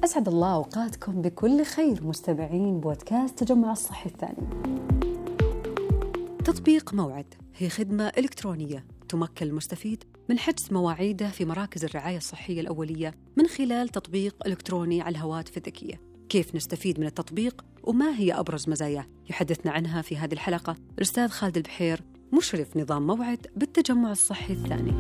أسعد الله أوقاتكم بكل خير مستمعين بودكاست تجمع الصحي الثاني. تطبيق موعد هي خدمة إلكترونية تمكن المستفيد من حجز مواعيده في مراكز الرعاية الصحية الأولية من خلال تطبيق إلكتروني على الهواتف الذكية. كيف نستفيد من التطبيق وما هي أبرز مزاياه؟ يحدثنا عنها في هذه الحلقة الأستاذ خالد البحير، مشرف نظام موعد بالتجمع الصحي الثاني.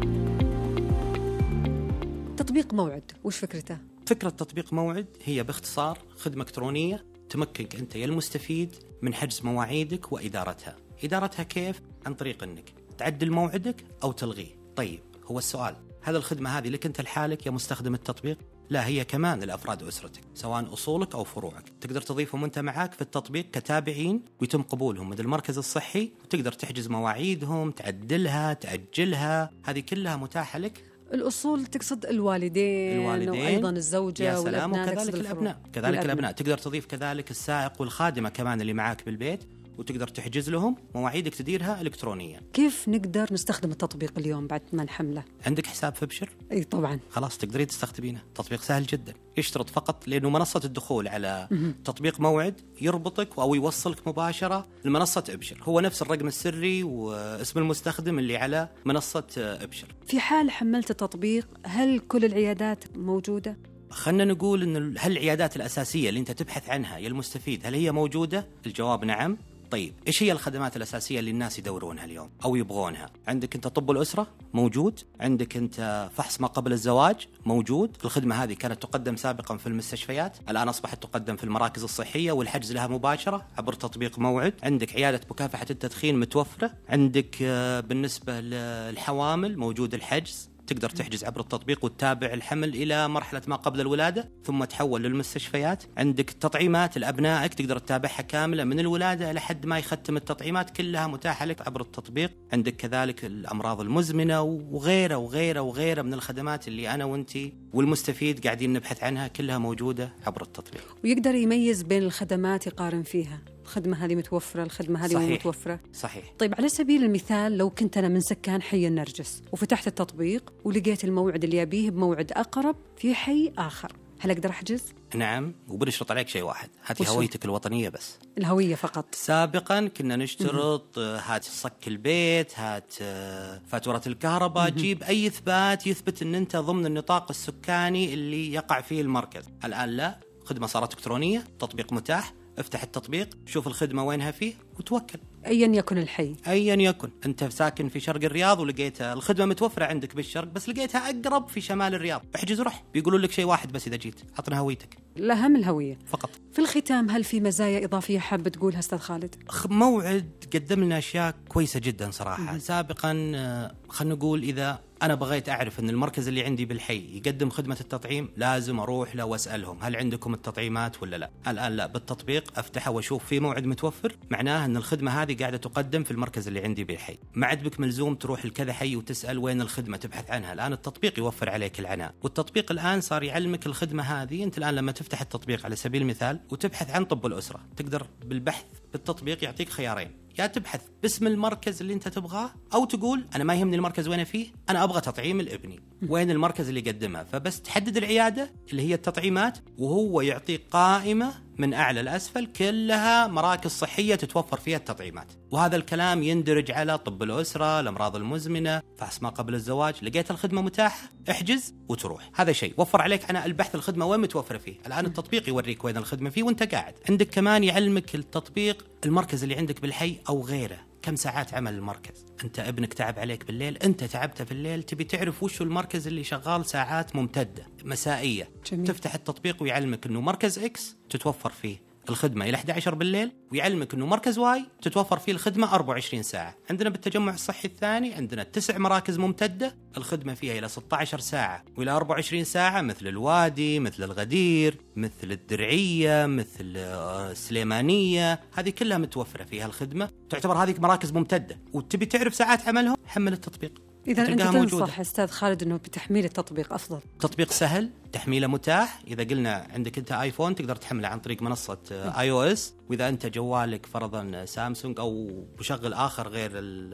تطبيق موعد وش فكرته؟ فكرة تطبيق موعد هي باختصار خدمة إلكترونية تمكنك أنت يا المستفيد من حجز مواعيدك وإدارتها. إدارتها كيف؟ عن طريق أنك تعدل موعدك أو تلغيه. طيب هو السؤال، هذا الخدمة هذه لك أنت لحالك يا مستخدم التطبيق؟ لا، هي كمان لأفراد أسرتك سواء أصولك أو فروعك. تقدر تضيفهم أنت معاك في التطبيق كتابعين ويتم قبولهم من المركز الصحي، وتقدر تحجز مواعيدهم، تعدلها، تأجلها، هذه كلها متاحة لك. الأصول تقصد الوالدين وأيضا الزوجة والأبناء، وكذلك الأبناء تقدر تضيف كذلك السائق والخادمة كمان اللي معاك بالبيت، وتقدر تحجز لهم مواعيدك تديرها إلكترونيا. كيف نقدر نستخدم التطبيق اليوم بعد ما نحمله؟ عندك حساب في أبشر؟ أي طبعا. خلاص تقدرين تستخدمينه. تطبيق سهل جدا، يشترط فقط لأنه منصة الدخول على تطبيق موعد يربطك أو يوصلك مباشرة لمنصة أبشر. هو نفس الرقم السري واسم المستخدم اللي على منصة أبشر. في حال حملت التطبيق هل كل العيادات موجودة؟ خلنا نقول إن هل العيادات الأساسية اللي أنت تبحث عنها يا المستفيد هل هي موجودة؟ الجواب نعم. طيب إيش هي الخدمات الأساسية اللي الناس يدورونها اليوم أو يبغونها؟ عندك أنت طب الأسرة موجود، عندك أنت فحص ما قبل الزواج موجود. الخدمة هذه كانت تقدم سابقا في المستشفيات، الآن أصبحت تقدم في المراكز الصحية والحجز لها مباشرة عبر تطبيق موعد. عندك عيادة مكافحة التدخين متوفرة، عندك بالنسبة للحوامل موجود الحجز، تقدر تحجز عبر التطبيق وتتابع الحمل إلى مرحلة ما قبل الولادة ثم تحول للمستشفيات. عندك تطعيمات لأبنائك تقدر تتابعها كاملة من الولادة لحد ما يختم التطعيمات، كلها متاحة لك عبر التطبيق. عندك كذلك الأمراض المزمنة وغيرها وغيرها وغيرها من الخدمات اللي أنا وأنتي والمستفيد قاعدين نبحث عنها، كلها موجودة عبر التطبيق. ويقدر يميز بين الخدمات، يقارن فيها الخدمة هذه متوفرة، الخدمة هذه مو متوفرة. صحيح. طيب على سبيل المثال لو كنت أنا من سكان حي النرجس وفتحت التطبيق ولقيت الموعد اللي أبيه بموعد أقرب في حي آخر، هل أقدر أحجز؟ نعم، وبنشرط عليك شيء واحد، هاتي هويتك الوطنية بس. الهوية فقط. سابقا كنا نشترط هات صك البيت، هات فاتورة الكهرباء، جيب أي إثبات يثبت أن أنت ضمن النطاق السكاني اللي يقع فيه المركز. الآن لا، خدمة صارت إلكترونية، تطبيق متاح، افتح التطبيق، شوف الخدمة وينها فيه وتوكل. أيا يكن الحي، أيا يكن. أنت ساكن في شرق الرياض ولقيت الخدمة متوفرة عندك بالشرق بس لقيتها أقرب في شمال الرياض، احجز روح. بيقولوا لك شيء واحد بس إذا جيت، عطنا هويتك. الأهم الهوية فقط. في الختام، هل في مزايا إضافية حاب تقولها أستاذ خالد؟ موعد قدم لنا أشياء كويسة جدا صراحة. سابقا خلنا نقول إذا أنا بغيت أعرف أن المركز اللي عندي بالحي يقدم خدمة التطعيم لازم أروح له وأسألهم هل عندكم التطعيمات ولا لا. الآن لا، بالتطبيق أفتحه وأشوف في موعد متوفر، معناه أن الخدمة هذه قاعدة تقدم في المركز اللي عندي بالحي. ما عاد بك ملزوم تروح لكذا حي وتسأل وين الخدمة تبحث عنها. الآن التطبيق يوفر عليك العناء، والتطبيق الآن صار يعلمك الخدمة هذه. أنت الآن لما تفتح التطبيق على سبيل المثال وتبحث عن طب الأسرة، تقدر بالبحث بالتطبيق يعطيك خيارين، يا تبحث باسم المركز اللي انت تبغاه، او تقول انا ما يهمني المركز وين فيه، انا ابغى تطعيم الابني، وين المركز اللي يقدمها. فبس تحدد العيادة اللي هي التطعيمات وهو يعطيك قائمة من اعلى لاسفل كلها مراكز صحية تتوفر فيها التطعيمات. وهذا الكلام يندرج على طب الأسرة، الأمراض المزمنة، فحص ما قبل الزواج. لقيت الخدمة متاحة احجز وتروح. هذا شيء وفر عليك عناء البحث الخدمة وين متوفرة فيه. الآن التطبيق يوريك وين الخدمة فيه وانت قاعد. عندك كمان يعلمك التطبيق المركز اللي عندك بالحي أو غيره، كم ساعات عمل المركز. أنت ابنك تعب عليك بالليل، أنت تعبت في الليل، تبي تعرف وش المركز اللي شغال ساعات ممتدة مسائية. جميل. تفتح التطبيق ويعلمك أنه مركز إكس تتوفر فيه الخدمة إلى 11 بالليل، ويعلمك أنه مركز واي تتوفر فيه الخدمة 24 ساعة. عندنا بالتجمع الصحي الثاني عندنا 9 مراكز ممتدة الخدمة فيها إلى 16 ساعة وإلى 24 ساعة، مثل الوادي، مثل الغدير، مثل الدرعية، مثل السليمانية. هذه كلها متوفرة فيها الخدمة، تعتبر هذه مراكز ممتدة. وتبي تعرف ساعات عملهم، حمل التطبيق. إذا أنت تنصح أستاذ خالد أنه بتحميل التطبيق أفضل؟ تطبيق سهل، تحميله متاح. إذا قلنا عندك أنت آيفون تقدر تحمله عن طريق منصة iOS، وإذا أنت جوالك فرضا سامسونج أو مشغل آخر غير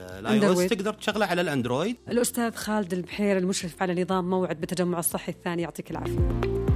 iOS تقدر تشغله على الأندرويد. الأستاذ خالد البحير المشرف على نظام موعد بتجمع الصحي الثاني، يعطيك العافية.